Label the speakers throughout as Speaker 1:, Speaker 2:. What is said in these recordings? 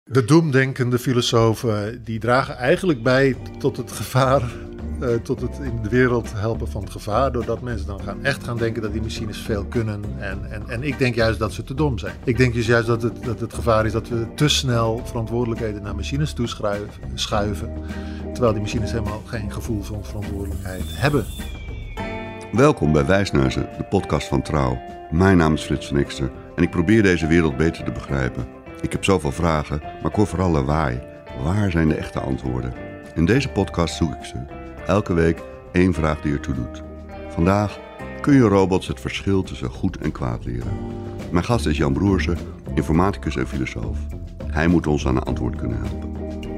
Speaker 1: De doemdenkende filosofen die dragen eigenlijk bij tot het gevaar, tot het in de wereld helpen van het gevaar, doordat mensen dan echt gaan denken dat die machines veel kunnen. En ik denk juist dat ze te dom zijn. Ik denk dus juist dat het gevaar is dat we te snel verantwoordelijkheden naar machines schuiven, terwijl die machines helemaal geen gevoel van verantwoordelijkheid hebben.
Speaker 2: Welkom bij Wijsneuzen, de podcast van Trouw. Mijn naam is Frits van Ikster en ik probeer deze wereld beter te begrijpen. Ik heb zoveel vragen, maar ik hoor vooral lawaai. Waar zijn de echte antwoorden? In deze podcast zoek ik ze. Elke week één vraag die ertoe doet. Vandaag: kun je robots het verschil tussen goed en kwaad leren? Mijn gast is Jan Broersen, informaticus en filosoof. Hij moet ons aan een antwoord kunnen helpen.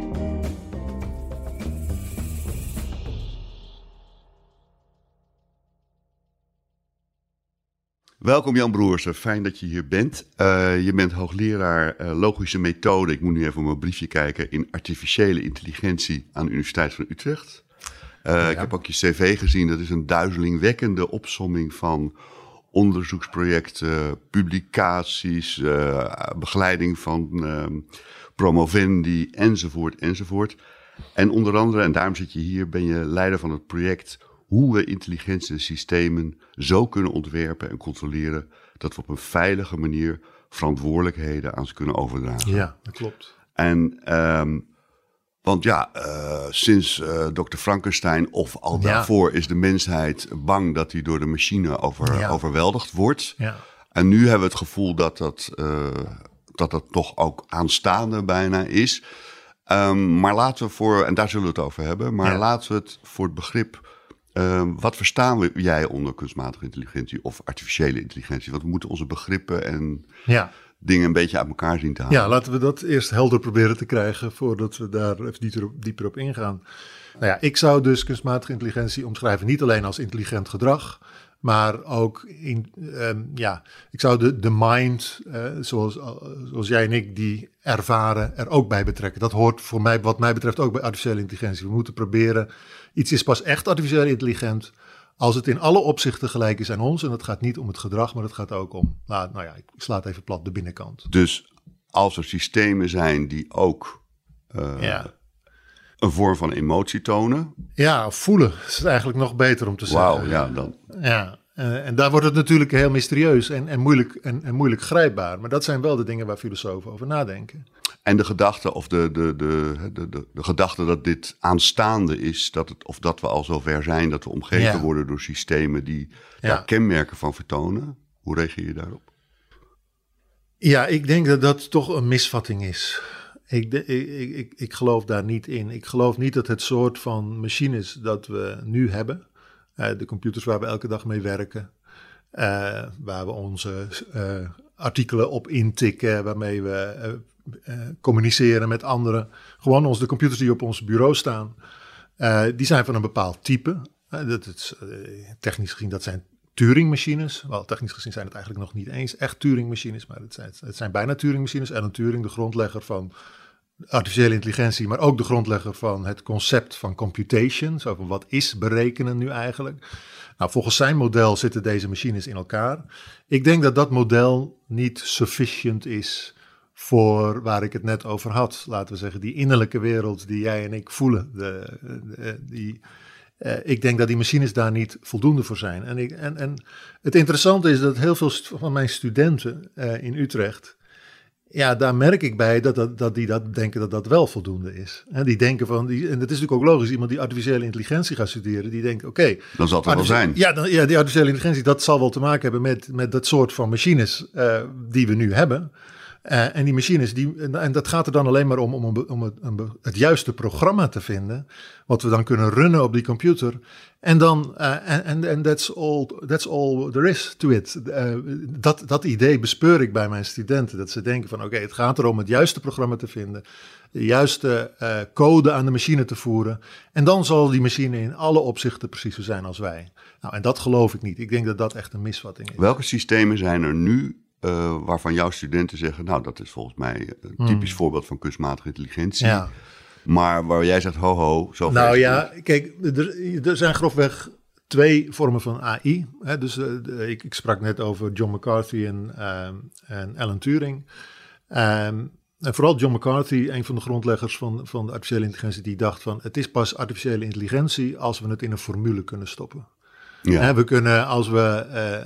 Speaker 2: Welkom Jan Broersen, fijn dat je hier bent. Je bent hoogleraar logische methode, ik moet nu even op mijn briefje kijken, in artificiële intelligentie aan de Universiteit van Utrecht. Ik heb ook je cv gezien, dat is een duizelingwekkende opsomming van onderzoeksprojecten, publicaties, begeleiding van promovendi enzovoort. En onder andere, en daarom zit je hier, ben je leider van het project hoe we intelligente systemen zo kunnen ontwerpen en controleren dat we op een veilige manier verantwoordelijkheden aan ze kunnen overdragen.
Speaker 1: Ja, dat klopt.
Speaker 2: En sinds Dr. Frankenstein of al daarvoor is de mensheid bang dat hij door de machine overweldigd wordt. Ja. En nu hebben we het gevoel dat dat toch ook aanstaande bijna is. Maar laten we en daar zullen we het over hebben, maar laten we het voor het begrip. Wat verstaan jij onder kunstmatige intelligentie of artificiële intelligentie? Want we moeten onze begrippen en dingen een beetje uit elkaar zien te halen.
Speaker 1: Ja, laten we dat eerst helder proberen te krijgen voordat we daar even dieper op ingaan. Nou ja, ik zou dus kunstmatige intelligentie omschrijven niet alleen als intelligent gedrag, maar ook ik zou de mind, zoals jij en ik die ervaren, er ook bij betrekken. Dat hoort voor mij, wat mij betreft, ook bij artificiële intelligentie. We moeten proberen, iets is pas echt artificieel intelligent als het in alle opzichten gelijk is aan ons. En het gaat niet om het gedrag, maar het gaat ook om, ik sla het even plat, de binnenkant.
Speaker 2: Dus als er systemen zijn die ook een vorm van emotie tonen.
Speaker 1: Ja, voelen is eigenlijk nog beter om te zeggen.
Speaker 2: Wauw, ja, dan.
Speaker 1: Ja, en daar wordt het natuurlijk heel mysterieus en moeilijk grijpbaar. Maar dat zijn wel de dingen waar filosofen over nadenken.
Speaker 2: En de gedachte of de gedachte dat dit aanstaande is, dat we al zover zijn dat we omgeven worden door systemen die daar kenmerken van vertonen. Hoe reageer je daarop?
Speaker 1: Ja, ik denk dat dat toch een misvatting is. Ik geloof daar niet in. Ik geloof niet dat het soort van machines dat we nu hebben, de computers waar we elke dag mee werken, waar we onze artikelen op intikken, waarmee we communiceren met anderen. Gewoon de computers die op ons bureau staan, die zijn van een bepaald type. Technisch gezien, dat zijn Turing-machines. Wel, technisch gezien zijn het eigenlijk nog niet eens echt Turing-machines, maar het zijn bijna Turing-machines. Alan Turing, de grondlegger van artificiële intelligentie, maar ook de grondlegger van het concept van computation. Zo van, wat is berekenen nu eigenlijk? Nou, volgens zijn model zitten deze machines in elkaar. Ik denk dat dat model niet sufficient is voor waar ik het net over had. Laten we zeggen, die innerlijke wereld die jij en ik voelen. Ik denk dat die machines daar niet voldoende voor zijn. En het interessante is dat heel veel van mijn studenten in Utrecht, daar merk ik bij dat die denken dat dat wel voldoende is. En die denken en dat is natuurlijk ook logisch, iemand die artificiële intelligentie gaat studeren, die denkt, oké,
Speaker 2: dan zal het wel zijn.
Speaker 1: Ja, die artificiële intelligentie, dat zal wel te maken hebben met dat soort van machines die we nu hebben. En die machines, en dat gaat er dan alleen maar om het juiste programma te vinden, wat we dan kunnen runnen op die computer. En dan, en that's all there is to it. Dat idee bespeur ik bij mijn studenten, dat ze denken van, oké, het gaat erom het juiste programma te vinden, de juiste code aan de machine te voeren. En dan zal die machine in alle opzichten precies zo zijn als wij. Nou, en dat geloof ik niet. Ik denk dat dat echt een misvatting is.
Speaker 2: Welke systemen zijn er nu waarvan jouw studenten zeggen, nou, dat is volgens mij een typisch voorbeeld van kunstmatige intelligentie. Ja. Maar waar jij zegt, zo.
Speaker 1: Nou ja, kijk, er zijn grofweg 2 vormen van AI. Hè? Dus ik sprak net over John McCarthy en Alan Turing. En vooral John McCarthy, een van de grondleggers van de artificiële intelligentie, die dacht van het is pas artificiële intelligentie als we het in een formule kunnen stoppen. Ja. We kunnen, als we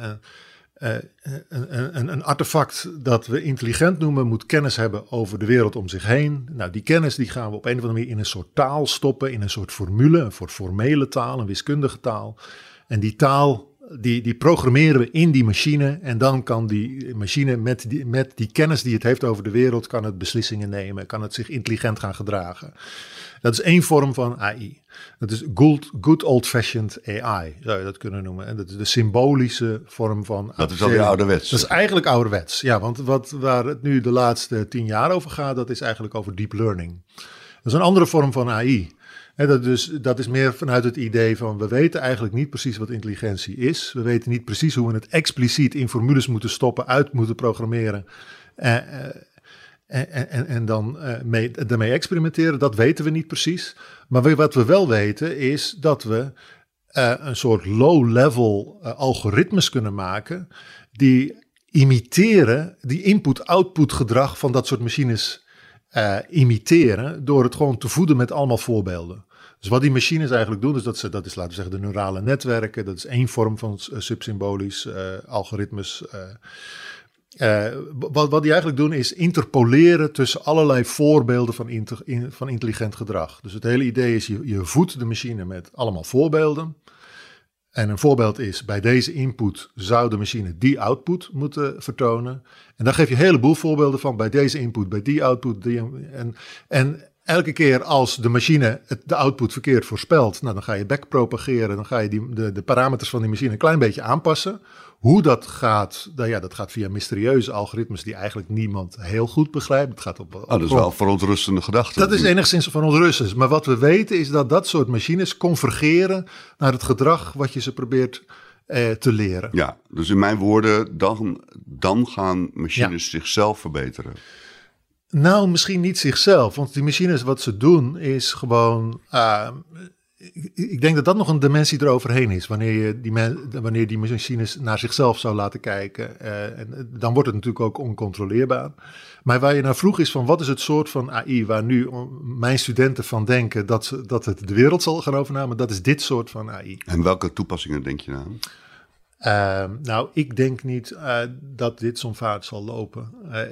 Speaker 1: een artefact dat we intelligent noemen, moet kennis hebben over de wereld om zich heen. Nou, die kennis die gaan we op een of andere manier in een soort taal stoppen, in een soort formule, een soort formele taal, een wiskundige taal. En die taal, die programmeren we in die machine en dan kan die machine met die kennis die het heeft over de wereld, kan het beslissingen nemen, kan het zich intelligent gaan gedragen. Dat is één vorm van AI. Dat is good old-fashioned AI, zou je dat kunnen noemen. En dat is de symbolische vorm van...
Speaker 2: Dat is alweer ouderwets.
Speaker 1: Dat is eigenlijk ouderwets, ja. Want waar het nu de laatste 10 jaar over gaat, dat is eigenlijk over deep learning. Dat is een andere vorm van AI. En dat is meer vanuit het idee van we weten eigenlijk niet precies wat intelligentie is. We weten niet precies hoe we het expliciet in formules moeten stoppen, uit moeten programmeren en dan daarmee experimenteren. Dat weten we niet precies. Maar wat we wel weten is dat we een soort low-level algoritmes kunnen maken die imiteren, die input-output gedrag van dat soort machines imiteren door het gewoon te voeden met allemaal voorbeelden. Dus wat die machines eigenlijk doen, is dat is laten we zeggen de neurale netwerken. Dat is één vorm van subsymbolisch algoritmes. Wat die eigenlijk doen is interpoleren tussen allerlei voorbeelden van intelligent gedrag. Dus het hele idee is je voedt de machine met allemaal voorbeelden. En een voorbeeld is, bij deze input zou de machine die output moeten vertonen. En dan geef je een heleboel voorbeelden van bij deze input, bij die output. En elke keer als de machine de output verkeerd voorspelt, nou, dan ga je backpropageren. Dan ga je de parameters van die machine een klein beetje aanpassen. Hoe dat gaat, dat gaat via mysterieuze algoritmes die eigenlijk niemand heel goed begrijpt. Het gaat
Speaker 2: dat is wel verontrustende gedachte.
Speaker 1: Dat is enigszins verontrustend. Maar wat we weten is dat soort machines convergeren naar het gedrag wat je ze probeert te leren.
Speaker 2: Ja, dus in mijn woorden, dan gaan machines zichzelf verbeteren.
Speaker 1: Nou, misschien niet zichzelf. Want die machines, wat ze doen, is gewoon... ik denk dat nog een dimensie eroverheen is. Wanneer die machines naar zichzelf zou laten kijken. En dan wordt het natuurlijk ook oncontroleerbaar. Maar waar je naar vroeg is van wat is het soort van AI... waar nu mijn studenten van denken dat het de wereld zal gaan overnemen. Dat is dit soort van AI.
Speaker 2: En welke toepassingen denk je aan?
Speaker 1: Nou, ik denk niet dat dit zo'n vaart zal lopen.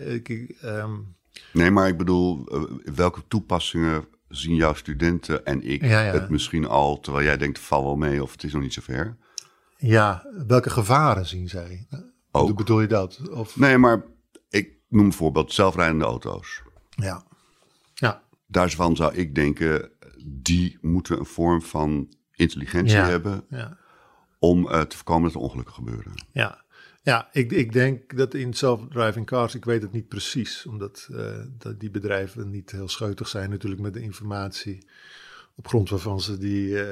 Speaker 2: Nee, maar ik bedoel, welke toepassingen zien jouw studenten en ik het misschien al, terwijl jij denkt, val wel mee of het is nog niet zo ver?
Speaker 1: Ja, welke gevaren zien zij?
Speaker 2: Ook.
Speaker 1: Hoe bedoel je dat? Of...
Speaker 2: Nee, maar ik noem bijvoorbeeld zelfrijdende auto's.
Speaker 1: Ja.
Speaker 2: Daarvan zou ik denken, die moeten een vorm van intelligentie hebben om te voorkomen dat er ongelukken gebeuren.
Speaker 1: Ja, ik denk dat in self-driving cars, ik weet het niet precies, omdat dat die bedrijven niet heel scheutig zijn natuurlijk met de informatie op grond waarvan ze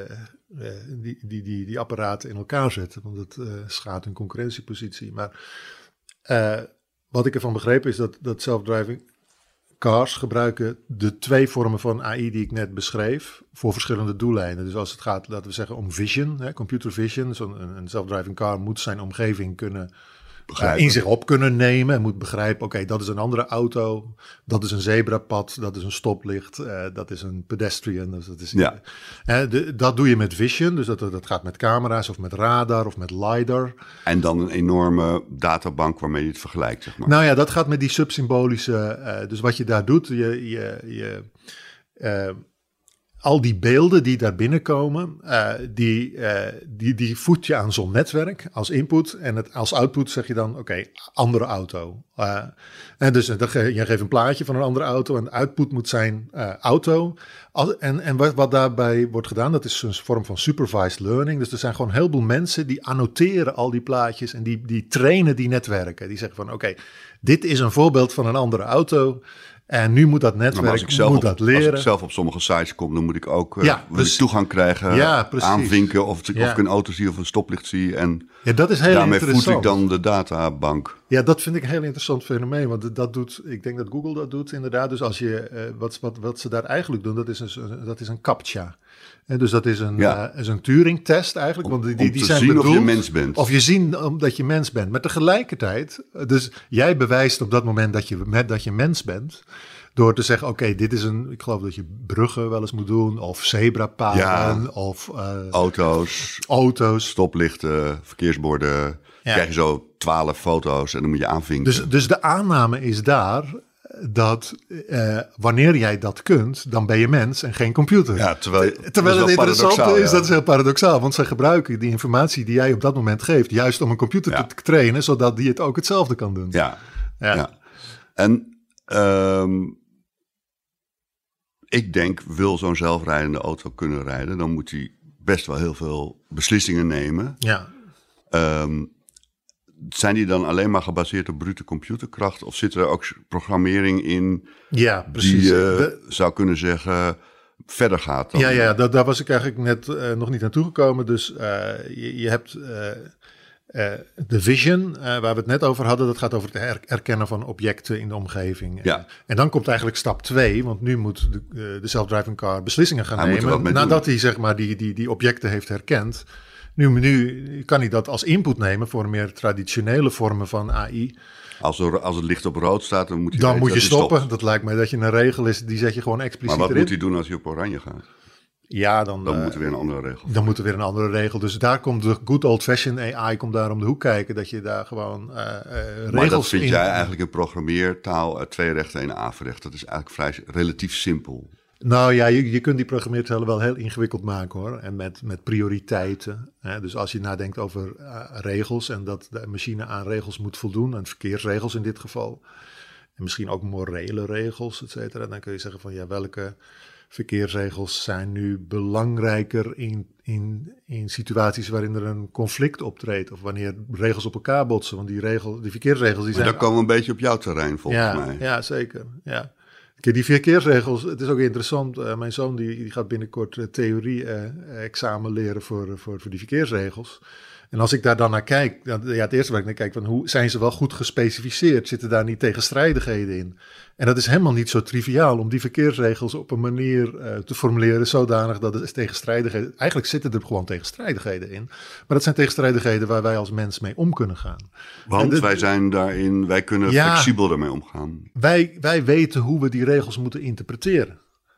Speaker 1: die apparaten in elkaar zetten, want het schaadt hun concurrentiepositie. Maar wat ik ervan begrepen is dat self-driving cars gebruiken de 2 vormen van AI die ik net beschreef voor verschillende doeleinden. Dus als het gaat, laten we zeggen, om vision, computer vision. Een self-driving car moet zijn omgeving kunnen in zich op kunnen nemen. En moet begrijpen, oké, dat is een andere auto, dat is een zebrapad, dat is een stoplicht, dat is een pedestrian. Dus dat is, dat doe je met vision, dus dat gaat met camera's of met radar of met LiDAR.
Speaker 2: En dan een enorme databank waarmee je het vergelijkt, zeg maar.
Speaker 1: Nou ja, dat gaat met die subsymbolische, dus wat je daar doet, al die beelden die daar binnenkomen, die voed je aan zo'n netwerk als input. En als output zeg je dan, oké, andere auto. En dus je geeft een plaatje van een andere auto en de output moet zijn auto. En wat daarbij wordt gedaan, dat is een vorm van supervised learning. Dus er zijn gewoon een heleboel mensen die annoteren al die plaatjes en die trainen die netwerken. Die zeggen van, oké, dit is een voorbeeld van een andere auto. En nu moet dat netwerk dat leren.
Speaker 2: Als ik zelf op sommige sites kom, dan moet ik ook toegang krijgen, aanvinken of ik een auto zie of een stoplicht zie. En
Speaker 1: dat is heel
Speaker 2: daarmee voed ik dan de databank.
Speaker 1: Ja, dat vind ik een heel interessant fenomeen. Want ik denk dat Google dat doet inderdaad. Dus als je, wat ze daar eigenlijk doen, dat is een CAPTCHA. En dus dat is een Turing-test eigenlijk. Want die zijn
Speaker 2: zien
Speaker 1: bedoeld,
Speaker 2: of je mens bent.
Speaker 1: Of je zien omdat je mens bent. Maar tegelijkertijd, dus jij bewijst op dat moment dat je mens bent. Door te zeggen, oké, dit is ik geloof dat je bruggen wel eens moet doen, of zebrapaden, of auto's,
Speaker 2: stoplichten, verkeersborden. Krijg je zo 12 foto's en dan moet je aanvinken.
Speaker 1: Dus de aanname is daar dat wanneer jij dat kunt, dan ben je mens en geen computer.
Speaker 2: Ja, terwijl
Speaker 1: het interessante is, dat is heel paradoxaal, want zij gebruiken die informatie die jij op dat moment geeft, juist om een computer te trainen, zodat die het ook hetzelfde kan doen.
Speaker 2: Ja. En ik denk, wil zo'n zelfrijdende auto kunnen rijden, dan moet hij best wel heel veel beslissingen nemen.
Speaker 1: Ja.
Speaker 2: Zijn die dan alleen maar gebaseerd op brute computerkracht? Of zit er ook programmering in die je zou kunnen zeggen verder gaat? Dan
Speaker 1: Daar was ik eigenlijk net nog niet naartoe gekomen. Dus je hebt de vision, waar we het net over hadden. Dat gaat over het herkennen van objecten in de omgeving.
Speaker 2: Ja.
Speaker 1: En dan komt eigenlijk stap 2. Want nu moet de self-driving car beslissingen gaan nemen. Nadat hij zeg maar die objecten heeft herkend. Nu kan hij dat als input nemen voor meer traditionele vormen van AI.
Speaker 2: Als het licht op rood staat, dan moet hij
Speaker 1: dan moet je stoppen. Dat lijkt mij dat je een regel is, die zet je gewoon expliciet
Speaker 2: erin. Maar wat
Speaker 1: moet
Speaker 2: hij doen als hij op oranje gaat?
Speaker 1: Ja, dan
Speaker 2: moet er weer een andere regel.
Speaker 1: Dan moet er weer een andere regel. Dus daar komt de good old-fashioned AI daar om de hoek kijken. Dat je daar gewoon regels
Speaker 2: maar dat vind jij eigenlijk een programmeertaal, 2 rechten, 1 averecht. Dat is eigenlijk relatief simpel.
Speaker 1: Nou ja, je kunt die programmeertalen wel heel ingewikkeld maken hoor. En met prioriteiten. Hè? Dus als je nadenkt over regels en dat de machine aan regels moet voldoen. Aan verkeersregels in dit geval. En misschien ook morele regels, et cetera. Dan kun je zeggen van welke verkeersregels zijn nu belangrijker in situaties waarin er een conflict optreedt. Of wanneer regels op elkaar botsen. Want die verkeersregels die zijn...
Speaker 2: Maar daar komen we een beetje op jouw terrein volgens mij.
Speaker 1: Ja, zeker. Ja. Kijk, die verkeersregels, het is ook interessant. Mijn zoon die gaat binnenkort theorie-examen leren voor die verkeersregels. En als ik daar dan naar kijk, het eerste waar ik naar kijk, van hoe zijn ze wel goed gespecificeerd? Zitten daar niet tegenstrijdigheden in? En dat is helemaal niet zo triviaal om die verkeersregels op een manier te formuleren zodanig dat er tegenstrijdigheden... Eigenlijk zitten er gewoon tegenstrijdigheden in. Maar dat zijn tegenstrijdigheden waar wij als mens mee om kunnen gaan.
Speaker 2: Want wij kunnen flexibel daarmee omgaan.
Speaker 1: Wij weten hoe we die regels moeten interpreteren.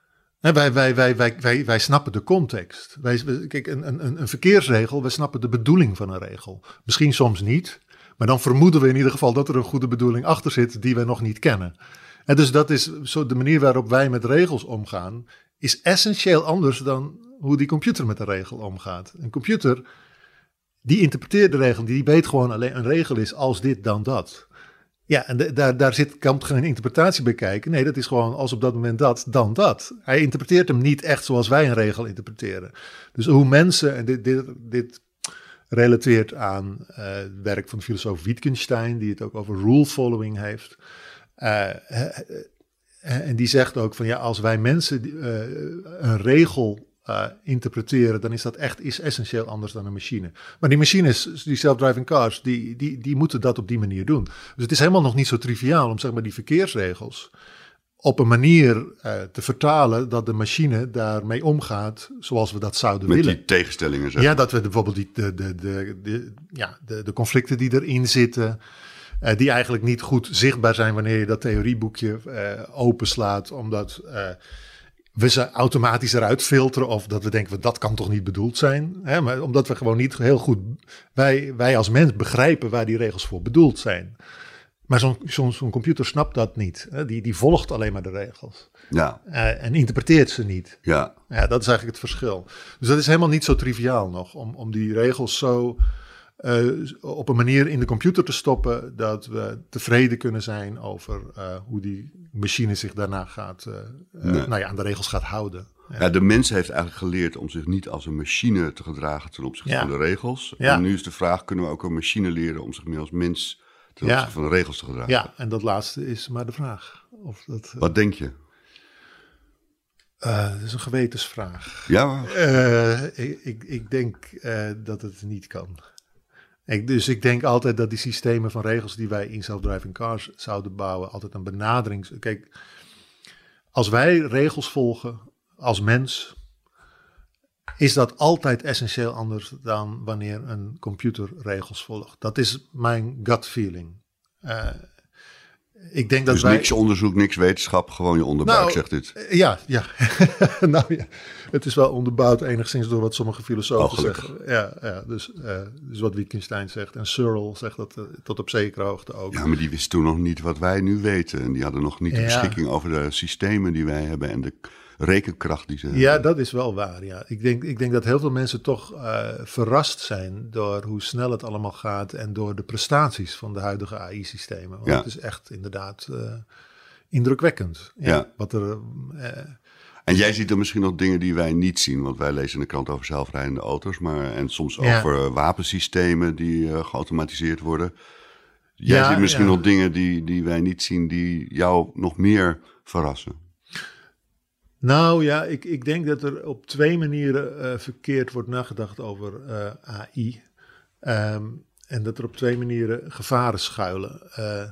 Speaker 1: Wij snappen de context. Kijk, een verkeersregel, wij snappen de bedoeling van een regel. Misschien soms niet, maar dan vermoeden we in ieder geval dat er een goede bedoeling achter zit die we nog niet kennen. En dus dat is zo de manier waarop wij met regels omgaan, is essentieel anders dan hoe die computer met een regel omgaat. Een computer, die interpreteert de regel, die weet gewoon alleen een regel is als dit dan dat. Ja, en daar kan geen interpretatie bij kijken. Nee, dat is gewoon als op dat moment dat, dan dat. Hij interpreteert hem niet echt zoals wij een regel interpreteren. Dus hoe mensen, en dit relateert aan het werk van de filosoof Wittgenstein, die het ook over rule following heeft. En die zegt ook van als wij mensen een regel interpreteren, dan is dat is essentieel anders dan een machine. Maar die machines, die self-driving cars, die moeten dat op die manier doen. Dus het is helemaal nog niet zo triviaal om zeg maar die verkeersregels op een manier te vertalen dat de machine daarmee omgaat zoals we dat zouden willen.
Speaker 2: Met die tegenstellingen zeg.
Speaker 1: Ja, dat we bijvoorbeeld de conflicten die erin zitten, die eigenlijk niet goed zichtbaar zijn wanneer je dat theorieboekje openslaat, omdat we ze automatisch eruit filteren of dat we denken, dat kan toch niet bedoeld zijn. Hè? Maar omdat we gewoon niet heel goed, wij als mens begrijpen waar die regels voor bedoeld zijn. Maar zo'n computer snapt dat niet. Hè? Die volgt alleen maar de regels.
Speaker 2: Ja.
Speaker 1: En interpreteert ze niet.
Speaker 2: Ja.
Speaker 1: Ja, dat is eigenlijk het verschil. Dus dat is helemaal niet zo triviaal nog, om die regels zo op een manier in de computer te stoppen dat we tevreden kunnen zijn over hoe die machine zich daarna gaat, aan de regels gaat houden.
Speaker 2: Ja, de mens heeft eigenlijk geleerd om zich niet als een machine te gedragen ten opzichte van de regels. Ja. En nu is de vraag, kunnen we ook een machine leren om zich meer als mens ten opzichte van de regels te gedragen?
Speaker 1: Ja, en dat laatste is maar de vraag.
Speaker 2: Wat denk je?
Speaker 1: Dat is een gewetensvraag.
Speaker 2: Ja.
Speaker 1: Ik denk dat het niet kan. Dus ik denk altijd dat die systemen van regels die wij in self-driving cars zouden bouwen, altijd een benadering. Kijk, als wij regels volgen als mens, is dat altijd essentieel anders dan wanneer een computer regels volgt. Dat is mijn gut feeling. ik denk dat
Speaker 2: dus niks onderzoek, niks wetenschap, gewoon je onderbuik zegt dit.
Speaker 1: Ja. Nou ja, het is wel onderbouwd enigszins door wat sommige filosofen zeggen. Ja, dus wat Wittgenstein zegt en Searle zegt dat tot op zekere hoogte ook.
Speaker 2: Ja, maar die wisten toen nog niet wat wij nu weten. En die hadden nog niet de beschikking over de systemen die wij hebben en de rekenkracht die ze hebben.
Speaker 1: Ja, dat is wel waar. Ja. Ik denk dat heel veel mensen toch verrast zijn door hoe snel het allemaal gaat en door de prestaties van de huidige AI-systemen. Want het is echt inderdaad indrukwekkend. Ja. Wat er,
Speaker 2: en jij ziet er misschien nog dingen die wij niet zien, want wij lezen in de krant over zelfrijdende auto's, en soms over wapensystemen die geautomatiseerd worden. Jij ziet misschien nog dingen die wij niet zien, die jou nog meer verrassen.
Speaker 1: Nou ja, ik denk dat er op 2 manieren verkeerd wordt nagedacht over AI. En dat er op 2 manieren gevaren schuilen.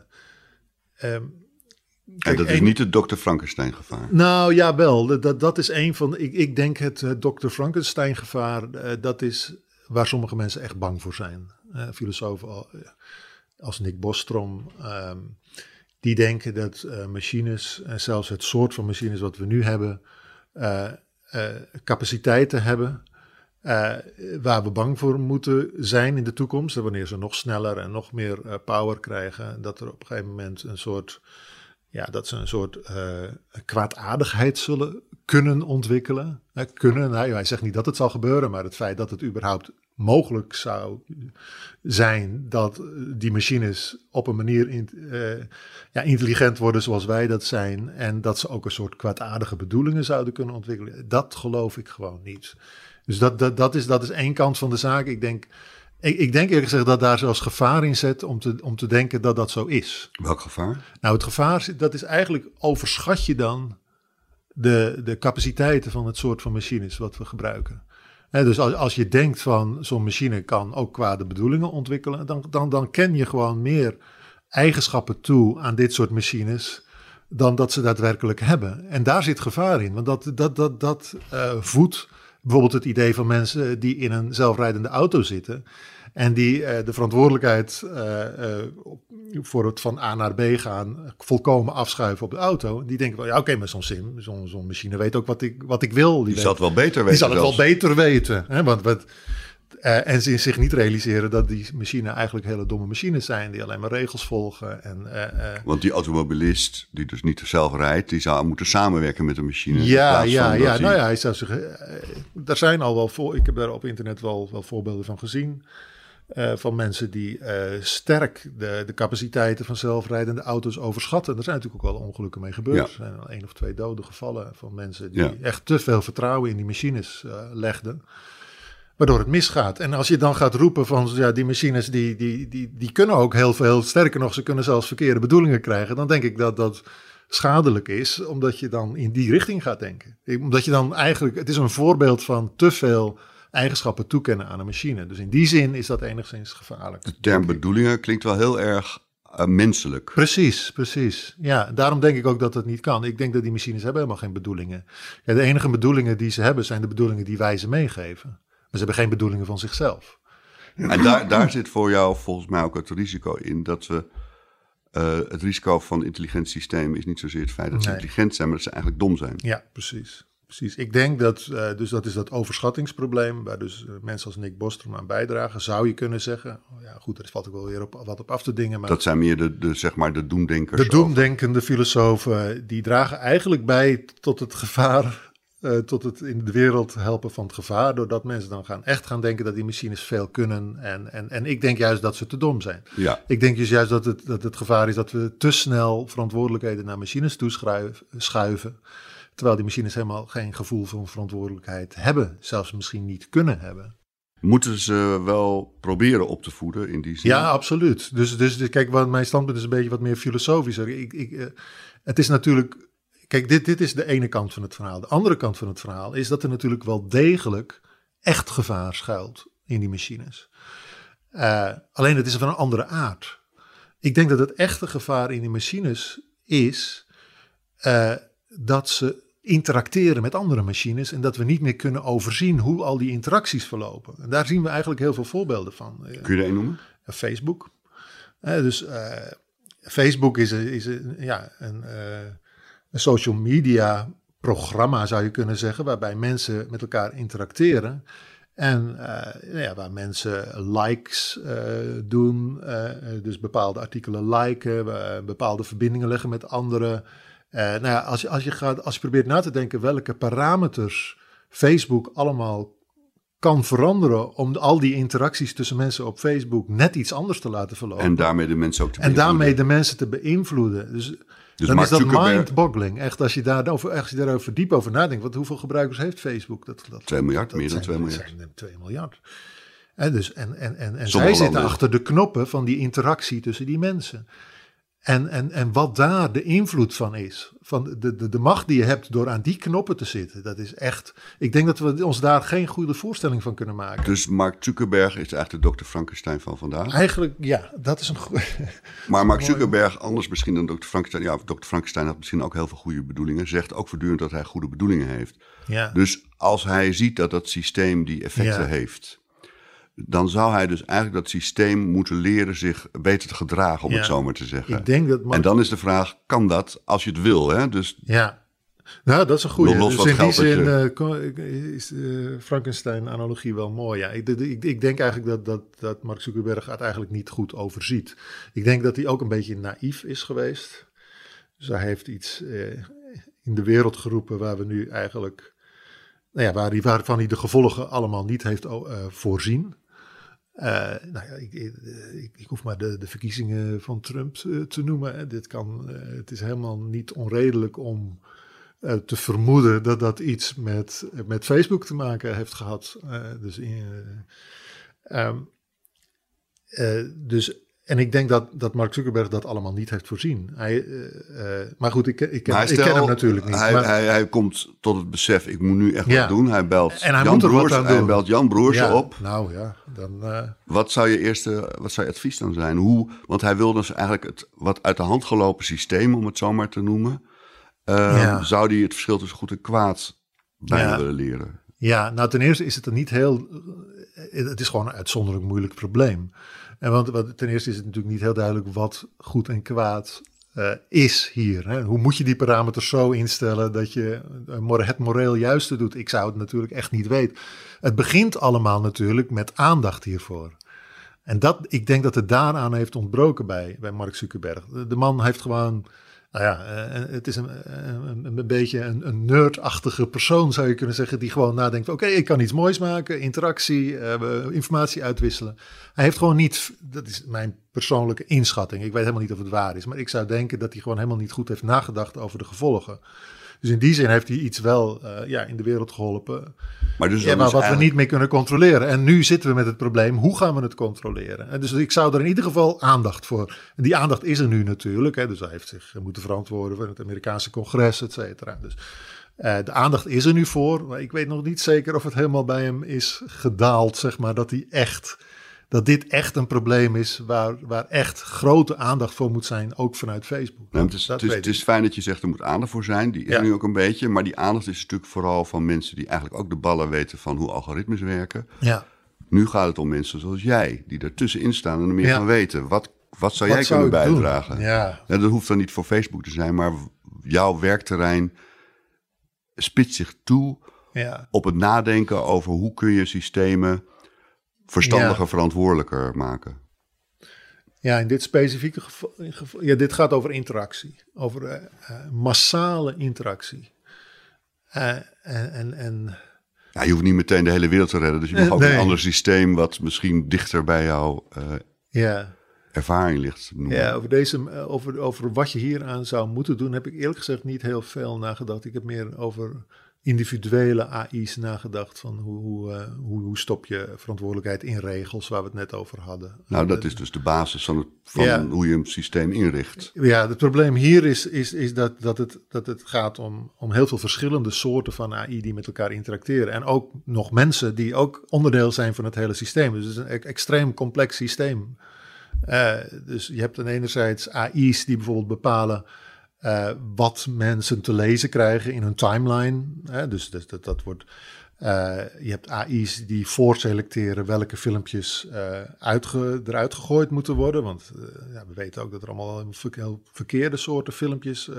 Speaker 2: En dat is niet het Dr. Frankenstein gevaar.
Speaker 1: Nou ja, wel. Dat is een van... Ik denk het Dr. Frankenstein gevaar, dat is waar sommige mensen echt bang voor zijn. Filosofen als Nick Bostrom... die denken dat machines, en zelfs het soort van machines wat we nu hebben, capaciteiten hebben waar we bang voor moeten zijn in de toekomst. En wanneer ze nog sneller en nog meer power krijgen, dat er op een gegeven moment een soort kwaadaardigheid zullen kunnen ontwikkelen. Hij zegt niet dat het zal gebeuren, maar het feit dat het überhaupt mogelijk zou zijn dat die machines op een manier intelligent worden zoals wij dat zijn en dat ze ook een soort kwaadaardige bedoelingen zouden kunnen ontwikkelen, dat geloof ik gewoon niet. Dus dat is één kant van de zaak. Ik denk eerlijk gezegd dat daar zelfs gevaar in zit om te denken dat dat zo is.
Speaker 2: Welk gevaar?
Speaker 1: Nou, het gevaar, dat is eigenlijk, overschat je dan de capaciteiten van het soort van machines wat we gebruiken. Dus als je denkt van zo'n machine kan ook kwade bedoelingen ontwikkelen, dan ken je gewoon meer eigenschappen toe aan dit soort machines dan dat ze daadwerkelijk hebben. En daar zit gevaar in, want dat voedt bijvoorbeeld het idee van mensen die in een zelfrijdende auto zitten en die de verantwoordelijkheid voor het van A naar B gaan volkomen afschuiven op de auto. Die denken wel, ja oké, maar zo'n machine weet ook wat ik wil.
Speaker 2: Die zal het wel beter weten.
Speaker 1: Die zal het wel beter weten. Hè? En ze zich niet realiseren dat die machines eigenlijk hele domme machines zijn die alleen maar regels volgen.
Speaker 2: Want die automobilist die dus niet zelf rijdt, die zou moeten samenwerken met de machine.
Speaker 1: Hij zou zeggen, er zijn al wel ik heb daar op internet wel voorbeelden van gezien. Van mensen die sterk de capaciteiten van zelfrijdende auto's overschatten. Er zijn natuurlijk ook wel ongelukken mee gebeurd. Er zijn al 1 of 2 doden gevallen van mensen die echt te veel vertrouwen in die machines legden. Waardoor het misgaat. En als je dan gaat roepen van die machines die kunnen ook heel veel. Sterker nog, ze kunnen zelfs verkeerde bedoelingen krijgen. Dan denk ik dat dat schadelijk is, omdat je dan in die richting gaat denken. Omdat je dan eigenlijk, het is een voorbeeld van te veel eigenschappen toekennen aan een machine. Dus in die zin is dat enigszins gevaarlijk.
Speaker 2: De term bedoelingen klinkt wel heel erg menselijk.
Speaker 1: Precies. Ja, daarom denk ik ook dat het niet kan. Ik denk dat die machines hebben helemaal geen bedoelingen. Ja, de enige bedoelingen die ze hebben zijn de bedoelingen die wij ze meegeven. Maar ze hebben geen bedoelingen van zichzelf.
Speaker 2: En daar zit voor jou volgens mij ook het risico in dat we... het risico van intelligent systemen is niet zozeer het feit dat ze intelligent zijn, maar dat ze eigenlijk dom zijn.
Speaker 1: Ja, precies. Ik denk dat, dus dat is dat overschattingsprobleem, waar dus mensen als Nick Bostrom aan bijdragen, zou je kunnen zeggen. Oh ja, goed, er valt ook wel weer wat op af te dingen. Maar
Speaker 2: dat zijn meer de doemdenkers.
Speaker 1: De doemdenkende filosofen, die dragen eigenlijk bij tot het gevaar, tot het in de wereld helpen van het gevaar, doordat mensen dan echt gaan denken dat die machines veel kunnen. En ik denk juist dat ze te dom zijn.
Speaker 2: Ja.
Speaker 1: Ik denk dus juist dat het gevaar is dat we te snel verantwoordelijkheden naar machines toeschuiven. Terwijl die machines helemaal geen gevoel van verantwoordelijkheid hebben. Zelfs misschien niet kunnen hebben.
Speaker 2: Moeten ze wel proberen op te voeden in die zin?
Speaker 1: Ja, absoluut. Dus kijk, mijn standpunt is een beetje wat meer filosofischer. Het is natuurlijk... Kijk, dit is de ene kant van het verhaal. De andere kant van het verhaal is dat er natuurlijk wel degelijk echt gevaar schuilt in die machines. Alleen het is van een andere aard. Ik denk dat het echte gevaar in die machines is dat ze interacteren met andere machines en dat we niet meer kunnen overzien hoe al die interacties verlopen. En daar zien we eigenlijk heel veel voorbeelden van.
Speaker 2: Kun je er een noemen?
Speaker 1: Facebook. Facebook is een social media programma, zou je kunnen zeggen, waarbij mensen met elkaar interacteren. En waar mensen likes doen, dus bepaalde artikelen liken, bepaalde verbindingen leggen met anderen. Als je probeert na te denken welke parameters Facebook allemaal kan veranderen om al die interacties tussen mensen op Facebook net iets anders te laten verlopen.
Speaker 2: En daarmee de mensen ook
Speaker 1: te beïnvloeden. Dus dan Mark is dat mind-boggling. Echt, als je daarover diep over nadenkt. Want hoeveel gebruikers heeft Facebook?
Speaker 2: 2 miljard, meer dan 2 miljard.
Speaker 1: Dat zijn 2 miljard. En zij zitten achter de knoppen van die interactie tussen die mensen. En wat daar de invloed van is. Van de macht die je hebt door aan die knoppen te zitten. Dat is echt... Ik denk dat we ons daar geen goede voorstelling van kunnen maken.
Speaker 2: Dus Mark Zuckerberg is eigenlijk de Dr. Frankenstein van vandaag?
Speaker 1: Eigenlijk, ja. Dat is een goede...
Speaker 2: Maar Mark Zuckerberg, anders misschien dan Dr. Frankenstein... Ja, Dr. Frankenstein had misschien ook heel veel goede bedoelingen. Zegt ook voortdurend dat hij goede bedoelingen heeft.
Speaker 1: Ja.
Speaker 2: Dus als hij ziet dat dat systeem die effecten heeft... dan zou hij dus eigenlijk dat systeem moeten leren zich beter te gedragen, om het zo maar te zeggen.
Speaker 1: Ik denk dat
Speaker 2: en dan is de vraag, kan dat als je het wil? Hè? Dus
Speaker 1: ja, nou dat is een goede.
Speaker 2: Dus
Speaker 1: in die zin is de Frankenstein-analogie wel mooi. Ja. Ik denk eigenlijk dat Mark Zuckerberg het eigenlijk niet goed overziet. Ik denk dat hij ook een beetje naïef is geweest. Dus hij heeft iets in de wereld geroepen waar we nu eigenlijk... waarvan hij de gevolgen allemaal niet heeft voorzien. Ik hoef maar de verkiezingen van Trump te noemen. Het is helemaal niet onredelijk om te vermoeden dat dat iets met Facebook te maken heeft gehad. En ik denk dat Mark Zuckerberg dat allemaal niet heeft voorzien. Maar goed, ik ken hem natuurlijk niet.
Speaker 2: Hij komt tot het besef, ik moet nu echt wat doen. Hij belt Jan Broersen op.
Speaker 1: Nou ja, dan...
Speaker 2: Wat zou je advies dan zijn? Want hij wil dus eigenlijk het wat uit de hand gelopen systeem, om het zo maar te noemen. Zou hij het verschil tussen goed en kwaad bijna willen leren?
Speaker 1: Ja, nou ten eerste is het er niet heel... Het is gewoon een uitzonderlijk moeilijk probleem. En want ten eerste is het natuurlijk niet heel duidelijk wat goed en kwaad is hier. Hè? Hoe moet je die parameters zo instellen dat je het moreel juiste doet? Ik zou het natuurlijk echt niet weten. Het begint allemaal natuurlijk met aandacht hiervoor. En ik denk dat het daaraan heeft ontbroken bij Mark Zuckerberg. De man heeft gewoon... het is een beetje een nerdachtige persoon, zou je kunnen zeggen, die gewoon nadenkt, oké, ik kan iets moois maken, interactie, informatie uitwisselen. Hij heeft gewoon niet, dat is mijn persoonlijke inschatting, ik weet helemaal niet of het waar is, maar ik zou denken dat hij gewoon helemaal niet goed heeft nagedacht over de gevolgen. Dus in die zin heeft hij iets wel in de wereld geholpen. Maar wat we niet meer kunnen controleren. En nu zitten we met het probleem, hoe gaan we het controleren? En dus ik zou er in ieder geval aandacht voor. En die aandacht is er nu natuurlijk. Hè, dus hij heeft zich moeten verantwoorden voor het Amerikaanse congres, et cetera. Dus de aandacht is er nu voor. Maar ik weet nog niet zeker of het helemaal bij hem is gedaald, zeg maar. Dat dit echt een probleem is waar echt grote aandacht voor moet zijn, ook vanuit Facebook.
Speaker 2: Nou, het is fijn dat je zegt er moet aandacht voor zijn. Die is er nu ook een beetje. Maar die aandacht is natuurlijk vooral van mensen die eigenlijk ook de ballen weten van hoe algoritmes werken.
Speaker 1: Ja.
Speaker 2: Nu gaat het om mensen zoals jij, die ertussenin staan en er meer van weten. Wat zou jij kunnen bijdragen?
Speaker 1: Ja.
Speaker 2: Dat hoeft dan niet voor Facebook te zijn, maar jouw werkterrein spitst zich toe op het nadenken over hoe kun je systemen verstandiger, verantwoordelijker maken.
Speaker 1: Ja, in dit specifieke geval, dit gaat over interactie. Over massale interactie.
Speaker 2: Je hoeft niet meteen de hele wereld te redden. Dus je mag ook een ander systeem wat misschien dichter bij jouw ervaring ligt.
Speaker 1: Ja, over wat je hier aan zou moeten doen, heb ik eerlijk gezegd niet heel veel nagedacht. Ik heb meer over individuele AI's nagedacht van hoe stop je verantwoordelijkheid in regels waar we het net over hadden.
Speaker 2: Nou, dat is dus de basis van hoe je een systeem inricht.
Speaker 1: Ja, het probleem hier is dat het gaat om heel veel verschillende soorten van AI die met elkaar interacteren. En ook nog mensen die ook onderdeel zijn van het hele systeem. Dus het is een extreem complex systeem. Dus je hebt dan enerzijds AI's die bijvoorbeeld bepalen wat mensen te lezen krijgen in hun timeline. Dus dat wordt Je hebt AI's die voorselecteren welke filmpjes eruit gegooid moeten worden. Want we weten ook dat er allemaal heel verkeerde soorten filmpjes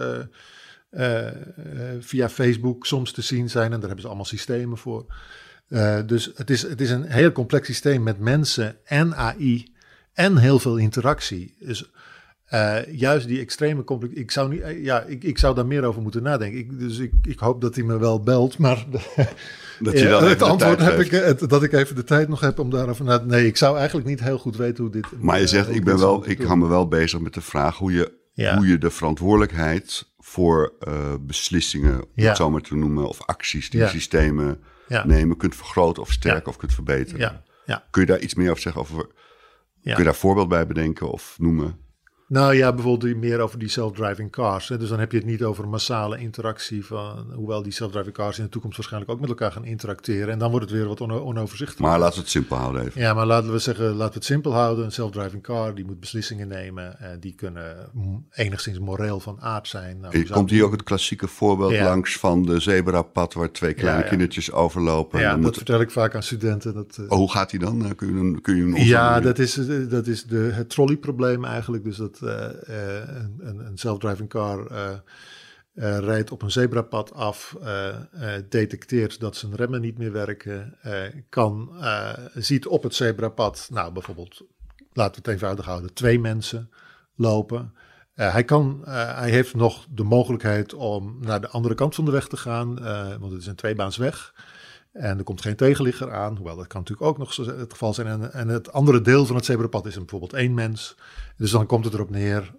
Speaker 1: via Facebook soms te zien zijn. En daar hebben ze allemaal systemen voor. Dus het is een heel complex systeem met mensen en AI en heel veel interactie. Dus juist die extreme ik zou daar meer over moeten nadenken. Ik hoop dat hij me wel belt, maar
Speaker 2: dat je dan
Speaker 1: het antwoord heb ik dat ik even de tijd nog heb om daarover na te denken. Nee, ik zou eigenlijk niet heel goed weten hoe dit.
Speaker 2: Maar je zegt, ik hou me wel bezig met de vraag hoe je de verantwoordelijkheid voor beslissingen, om het zo maar te noemen, of acties die systemen nemen, kunt vergroten of sterken of kunt verbeteren.
Speaker 1: Ja.
Speaker 2: Kun je daar iets meer over zeggen? Kun je daar voorbeeld bij bedenken of noemen?
Speaker 1: Nou ja, bijvoorbeeld meer over die self-driving cars. Hè. Dus dan heb je het niet over massale interactie van, hoewel die self-driving cars in de toekomst waarschijnlijk ook met elkaar gaan interacteren. En dan wordt het weer wat onoverzichtelijk.
Speaker 2: Maar laten we het simpel houden even.
Speaker 1: Ja, maar laten we het simpel houden. Een self-driving car, die moet beslissingen nemen. Die kunnen enigszins moreel van aard zijn. Nou,
Speaker 2: komt hier ook het klassieke voorbeeld langs van de zebrapad waar 2 kleine kindertjes overlopen?
Speaker 1: Ja, dat vertel ik vaak aan studenten.
Speaker 2: Hoe gaat die dan? Kun je een
Speaker 1: Ja, dat is het trolleyprobleem eigenlijk. Dus dat een self-driving car rijdt op een zebrapad af, detecteert dat zijn remmen niet meer werken, ziet op het zebrapad, nou bijvoorbeeld, laten we het eenvoudig houden, 2 mensen lopen. Hij heeft nog de mogelijkheid om naar de andere kant van de weg te gaan, want het is een 2-baansweg. En er komt geen tegenligger aan, hoewel dat kan natuurlijk ook nog het geval zijn. En het andere deel van het zebrapad is bijvoorbeeld 1 mens. Dus dan komt het erop neer,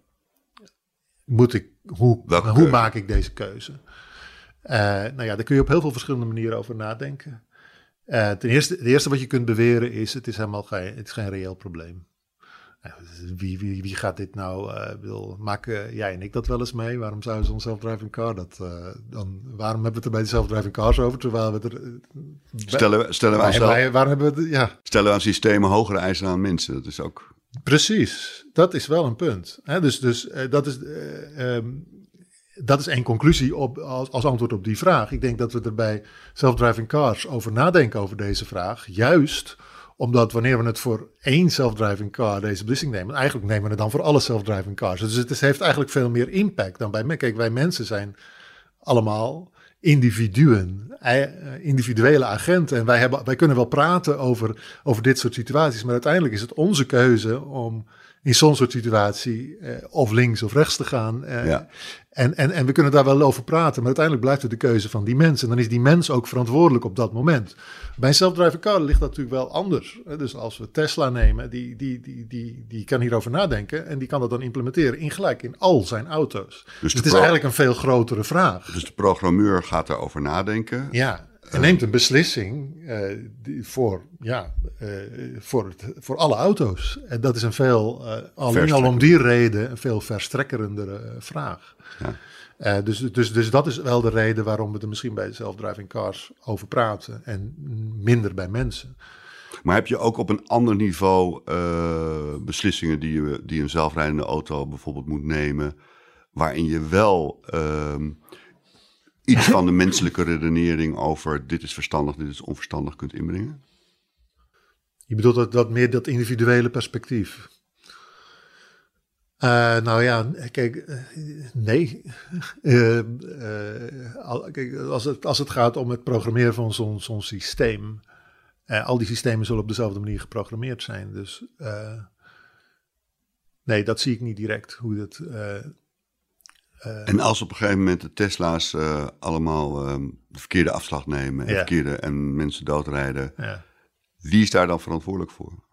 Speaker 1: hoe maak ik deze keuze? Daar kun je op heel veel verschillende manieren over nadenken. Het eerste wat je kunt beweren is, het is geen reëel probleem. Wie gaat dit nou maken jij en ik dat wel eens mee? Waarom zou zo'n self-driving car waarom hebben we het er bij de self-driving cars over? Terwijl we er
Speaker 2: stellen we aan systemen hogere eisen aan mensen. Dat is ook.
Speaker 1: Precies, dat is wel een punt. Dat is één conclusie als antwoord op die vraag. Ik denk dat we er bij self-driving cars over nadenken over deze vraag, juist omdat wanneer we het voor 1 self-driving car deze beslissing nemen, eigenlijk nemen we het dan voor alle self-driving cars. Dus het heeft eigenlijk veel meer impact dan bij mensen. Kijk, wij mensen zijn allemaal individuen, individuele agenten. En wij kunnen wel praten over dit soort situaties, maar uiteindelijk is het onze keuze om in zo'n soort situatie of links of rechts te gaan. En we kunnen daar wel over praten, maar uiteindelijk blijft het de keuze van die mens. En dan is die mens ook verantwoordelijk op dat moment. Bij een self-driving car ligt dat natuurlijk wel anders. Dus als we Tesla nemen, die kan hierover nadenken en die kan dat dan implementeren in al zijn auto's. Dus het is eigenlijk een veel grotere vraag.
Speaker 2: Dus de programmeur gaat erover nadenken.
Speaker 1: Ja. En neemt een beslissing voor alle auto's. En dat is alleen al om die reden een veel verstrekkerendere vraag. Ja. Dus dat is wel de reden waarom we er misschien bij de self-driving cars over praten en minder bij mensen.
Speaker 2: Maar heb je ook op een ander niveau beslissingen die een zelfrijdende auto bijvoorbeeld moet nemen, waarin je wel iets van de menselijke redenering over dit is verstandig, dit is onverstandig kunt inbrengen?
Speaker 1: Je bedoelt dat meer dat individuele perspectief? Nee. Kijk, als het gaat om het programmeren van zo'n systeem, al die systemen zullen op dezelfde manier geprogrammeerd zijn. Dus nee, dat zie ik niet direct hoe dat.
Speaker 2: En als op een gegeven moment de Tesla's allemaal de verkeerde afslag nemen en mensen doodrijden, wie is daar dan verantwoordelijk voor?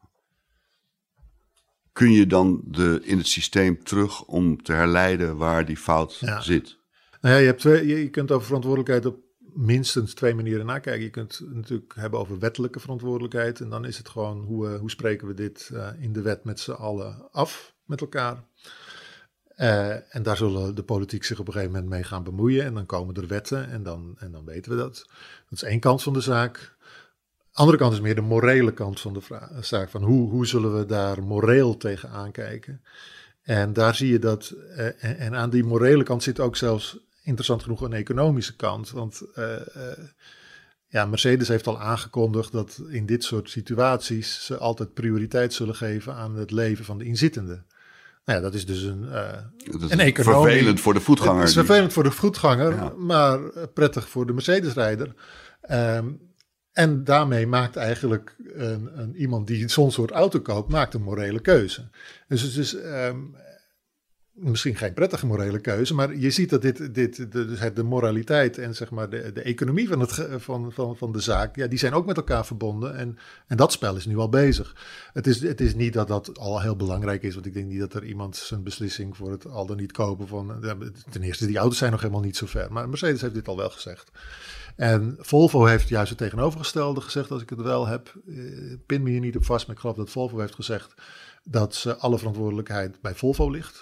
Speaker 2: Kun je dan in het systeem terug om te herleiden waar die fout zit?
Speaker 1: Nou ja, je kunt over verantwoordelijkheid op minstens 2 manieren nakijken. Je kunt het natuurlijk hebben over wettelijke verantwoordelijkheid. En dan is het gewoon hoe spreken we dit in de wet met z'n allen af met elkaar. En daar zullen de politiek zich op een gegeven moment mee gaan bemoeien. En dan komen er wetten en dan weten we dat. Dat is één kant van de zaak. Andere kant is meer de morele kant van de zaak. Van hoe zullen we daar moreel tegen aankijken? En daar zie je dat. En aan die morele kant zit ook zelfs interessant genoeg een economische kant. Want Ja, Mercedes heeft al aangekondigd dat in dit soort situaties ze altijd prioriteit zullen geven aan het leven van de inzittenden. Nou ja, dat is dus een economie.
Speaker 2: Vervelend voor de voetganger.
Speaker 1: Het is vervelend voor de voetganger, maar prettig voor de Mercedes-rijder. En daarmee maakt eigenlijk iemand die zo'n soort auto koopt, maakt een morele keuze. Dus het is misschien geen prettige morele keuze, maar je ziet dat de moraliteit en zeg maar de economie van de zaak, ja, die zijn ook met elkaar verbonden. En dat spel is nu al bezig. Het is niet dat al heel belangrijk is, want ik denk niet dat er iemand zijn beslissing voor het al dan niet kopen van. Ten eerste, die auto's zijn nog helemaal niet zo ver, maar Mercedes heeft dit al wel gezegd. En Volvo heeft juist het tegenovergestelde gezegd, als ik het wel heb. Pin me hier niet op vast, maar ik geloof dat Volvo heeft gezegd dat alle verantwoordelijkheid bij Volvo ligt.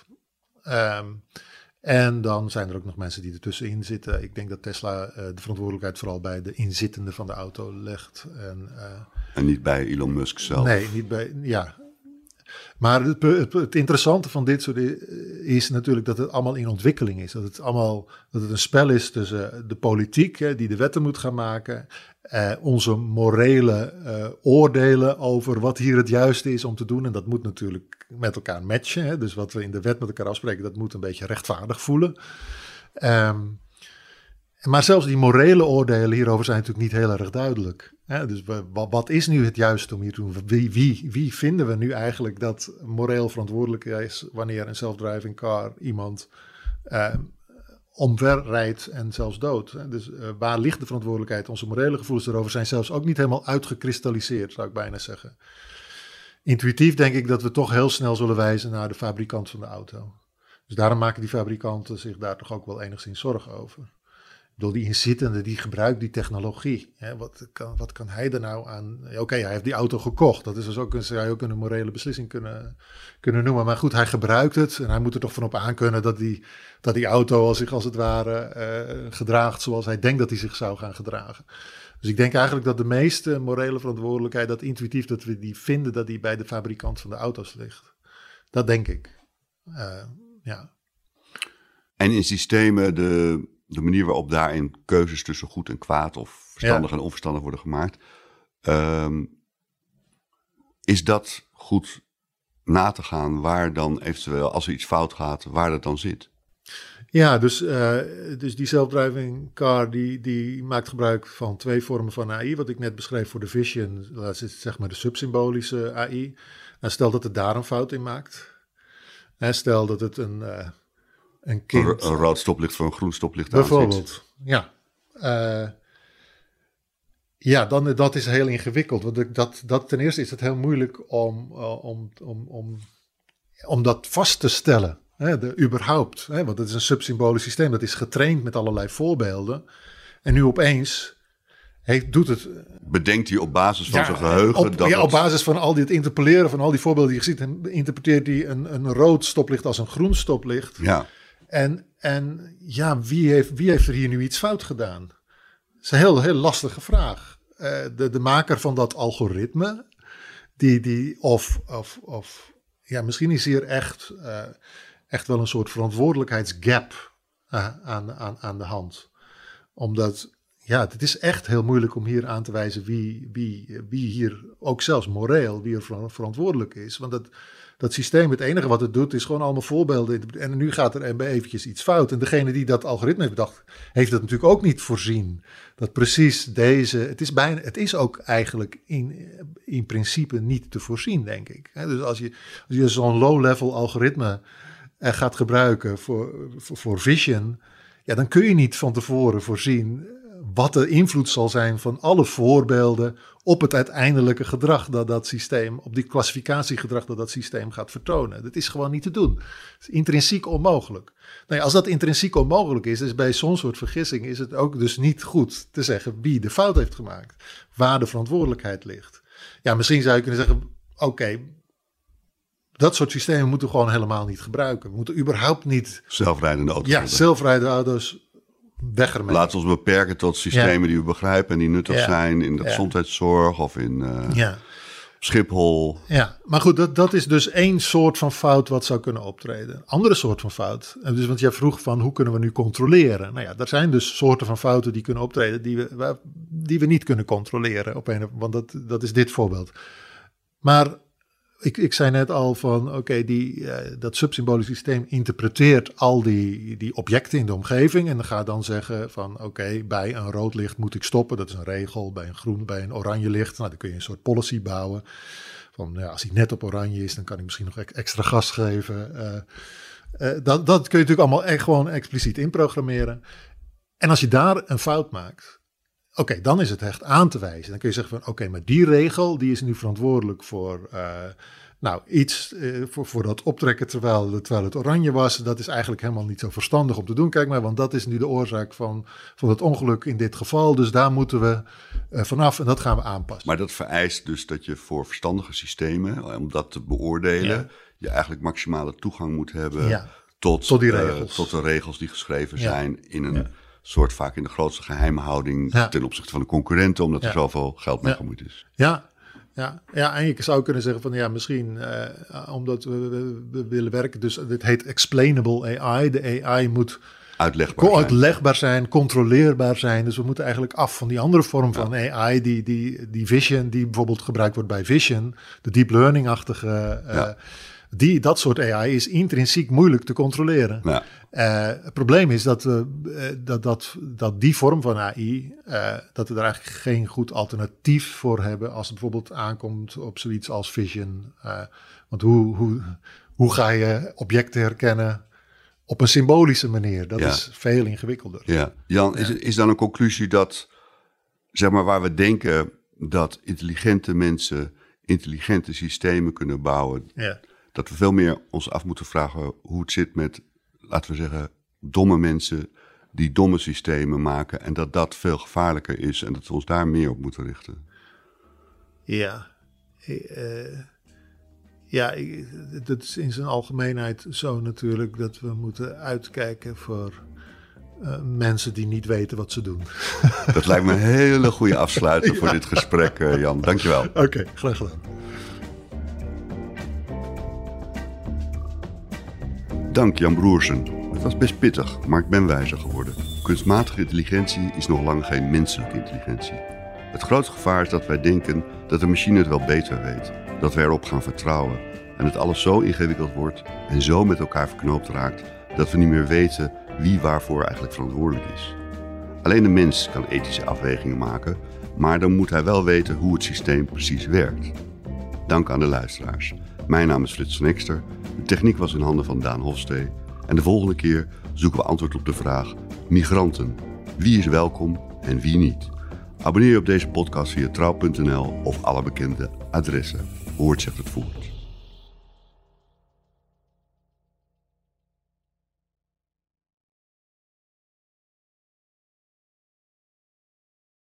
Speaker 1: En dan zijn er ook nog mensen die ertussenin zitten. Ik denk dat Tesla de verantwoordelijkheid vooral bij de inzittenden van de auto legt.
Speaker 2: En niet bij Elon Musk zelf.
Speaker 1: Nee, niet bij, ja. Maar het interessante van dit soort is natuurlijk dat het allemaal in ontwikkeling is. Dat het een spel is tussen de politiek, die de wetten moet gaan maken, onze morele oordelen over wat hier het juiste is om te doen. En dat moet natuurlijk met elkaar matchen. Hè? Dus wat we in de wet met elkaar afspreken, dat moet een beetje rechtvaardig voelen. Maar zelfs die morele oordelen hierover zijn natuurlijk niet heel erg duidelijk. Hè? Dus wat is nu het juiste om hier te doen? Wie vinden we nu eigenlijk dat moreel verantwoordelijk is wanneer een self-driving car iemand omver rijdt en zelfs dood? Hè? Dus waar ligt de verantwoordelijkheid? Onze morele gevoelens erover zijn zelfs ook niet helemaal uitgekristalliseerd, zou ik bijna zeggen. Intuïtief denk ik dat we toch heel snel zullen wijzen naar de fabrikant van de auto. Dus daarom maken die fabrikanten zich daar toch ook wel enigszins zorgen over. Door die inzittende, die gebruikt die technologie. Hè, wat kan hij er nou aan? Oké, hij heeft die auto gekocht. Dat is dus ook, zou je ook een morele beslissing kunnen noemen. Maar goed, hij gebruikt het. En hij moet er toch van op aankunnen dat die auto zich als het ware gedraagt zoals hij denkt dat hij zich zou gaan gedragen. Dus ik denk eigenlijk dat de meeste morele verantwoordelijkheid, dat intuïtief dat we die vinden, dat die bij de fabrikant van de auto's ligt. Dat denk ik. Ja.
Speaker 2: En in systemen, de manier waarop daarin keuzes tussen goed en kwaad of verstandig en onverstandig worden gemaakt, is dat goed na te gaan waar dan eventueel, als er iets fout gaat, waar dat dan zit?
Speaker 1: Ja, dus die self-driving car die maakt gebruik van 2 vormen van AI. Wat ik net beschreef voor de vision, dat is zeg maar de subsymbolische AI. En stel dat het daar een fout in maakt. En stel dat het een kind...
Speaker 2: Een rood stoplicht voor een groen stoplicht
Speaker 1: bijvoorbeeld, ja, dan dat is heel ingewikkeld. Want dat ten eerste is het heel moeilijk om dat vast te stellen. Überhaupt. Want het is een subsymbolisch systeem. Dat is getraind met allerlei voorbeelden. En nu opeens doet het...
Speaker 2: Bedenkt hij op basis van zijn geheugen?
Speaker 1: Op basis van al dit interpoleren van al die voorbeelden die je ziet, interpreteert hij een rood stoplicht als een groen stoplicht.
Speaker 2: Ja.
Speaker 1: En wie heeft er hier nu iets fout gedaan? Dat is een heel lastige vraag. De maker van dat algoritme, misschien is hier echt wel een soort verantwoordelijkheidsgap aan de hand. Omdat, het is echt heel moeilijk om hier aan te wijzen wie hier ook zelfs moreel, wie er verantwoordelijk is. Want dat systeem, het enige wat het doet, is gewoon allemaal voorbeelden. En nu gaat er eventjes iets fout. En degene die dat algoritme heeft bedacht, heeft dat natuurlijk ook niet voorzien. Dat precies deze... Het is ook eigenlijk in principe niet te voorzien, denk ik. Dus als je zo'n low-level algoritme gaat gebruiken voor vision, dan kun je niet van tevoren voorzien wat de invloed zal zijn van alle voorbeelden op het uiteindelijke gedrag dat systeem, op die klassificatiegedrag dat systeem gaat vertonen. Dat is gewoon niet te doen. Het is intrinsiek onmogelijk. Nou ja, als dat intrinsiek onmogelijk is, dus bij zo'n soort vergissing is het ook dus niet goed te zeggen wie de fout heeft gemaakt, waar de verantwoordelijkheid ligt. Ja, misschien zou je kunnen zeggen, oké, dat soort systemen moeten we gewoon helemaal niet gebruiken. We moeten überhaupt niet...
Speaker 2: Zelfrijdende auto's.
Speaker 1: Ja, zelfrijdende auto's. Weg ermee.
Speaker 2: Laten we ons beperken tot systemen die we begrijpen en die nuttig zijn in de gezondheidszorg of in Schiphol.
Speaker 1: Ja, maar goed, dat is dus één soort van fout wat zou kunnen optreden. Een andere soort van fout. Dus, want jij vroeg van hoe kunnen we nu controleren? Nou ja, er zijn dus soorten van fouten die kunnen optreden die we niet kunnen controleren. Want dat is dit voorbeeld. Maar ik zei net al van, oké, dat subsymbolisch systeem interpreteert al die objecten in de omgeving. En dan gaat dan zeggen van, oké, bij een rood licht moet ik stoppen. Dat is een regel. Bij een oranje licht, nou, dan kun je een soort policy bouwen. Van, ja, als hij net op oranje is, dan kan ik misschien nog extra gas geven. Dat kun je natuurlijk allemaal gewoon expliciet inprogrammeren. En als je daar een fout maakt, oké, dan is het echt aan te wijzen. Dan kun je zeggen van, oké, maar die regel, die is nu verantwoordelijk voor iets voor dat optrekken terwijl het oranje was. Dat is eigenlijk helemaal niet zo verstandig om te doen. Kijk maar, want dat is nu de oorzaak van het ongeluk in dit geval. Dus daar moeten we vanaf en dat gaan we aanpassen.
Speaker 2: Maar dat vereist dus dat je voor verstandige systemen, om dat te beoordelen, je eigenlijk maximale toegang moet hebben tot die regels. Tot de regels die geschreven zijn in een soort vaak in de grootste geheimhouding ten opzichte van de concurrenten, omdat er zoveel geld mee gemoeid is.
Speaker 1: Ja, en je zou kunnen zeggen van ja, misschien omdat we willen werken, dus dit heet explainable AI. De AI moet uitlegbaar zijn, controleerbaar zijn. Dus we moeten eigenlijk af van die andere vorm van AI, die vision, die bijvoorbeeld gebruikt wordt bij Vision, de deep learning-achtige. Dat soort AI is intrinsiek moeilijk te controleren. Ja. Het probleem is dat die vorm van AI, dat we er eigenlijk geen goed alternatief voor hebben als het bijvoorbeeld aankomt op zoiets als Vision. Want hoe ga je objecten herkennen op een symbolische manier? Dat is veel ingewikkelder.
Speaker 2: Ja. Jan, is dan een conclusie dat, zeg maar, waar we denken dat intelligente mensen intelligente systemen kunnen bouwen, dat we veel meer ons af moeten vragen hoe het zit met, laten we zeggen, domme mensen die domme systemen maken en dat veel gevaarlijker is en dat we ons daar meer op moeten richten.
Speaker 1: Dat is in zijn algemeenheid zo natuurlijk dat we moeten uitkijken voor mensen die niet weten wat ze doen.
Speaker 2: Dat lijkt me een hele goede afsluiter voor dit gesprek, Jan. Dankjewel.
Speaker 1: Oké, graag gedaan.
Speaker 2: Dank Jan Broersen. Het was best pittig, maar ik ben wijzer geworden. Kunstmatige intelligentie is nog lang geen menselijke intelligentie. Het grootste gevaar is dat wij denken dat de machine het wel beter weet. Dat we erop gaan vertrouwen. En dat alles zo ingewikkeld wordt en zo met elkaar verknoopt raakt, dat we niet meer weten wie waarvoor eigenlijk verantwoordelijk is. Alleen de mens kan ethische afwegingen maken, maar dan moet hij wel weten hoe het systeem precies werkt. Dank aan de luisteraars. Mijn naam is Frits van Ekster. De techniek was in handen van Daan Hofstee. En de volgende keer zoeken we antwoord op de vraag: migranten. Wie is welkom en wie niet? Abonneer je op deze podcast via trouw.nl of alle bekende adressen. Woord zegt het voort.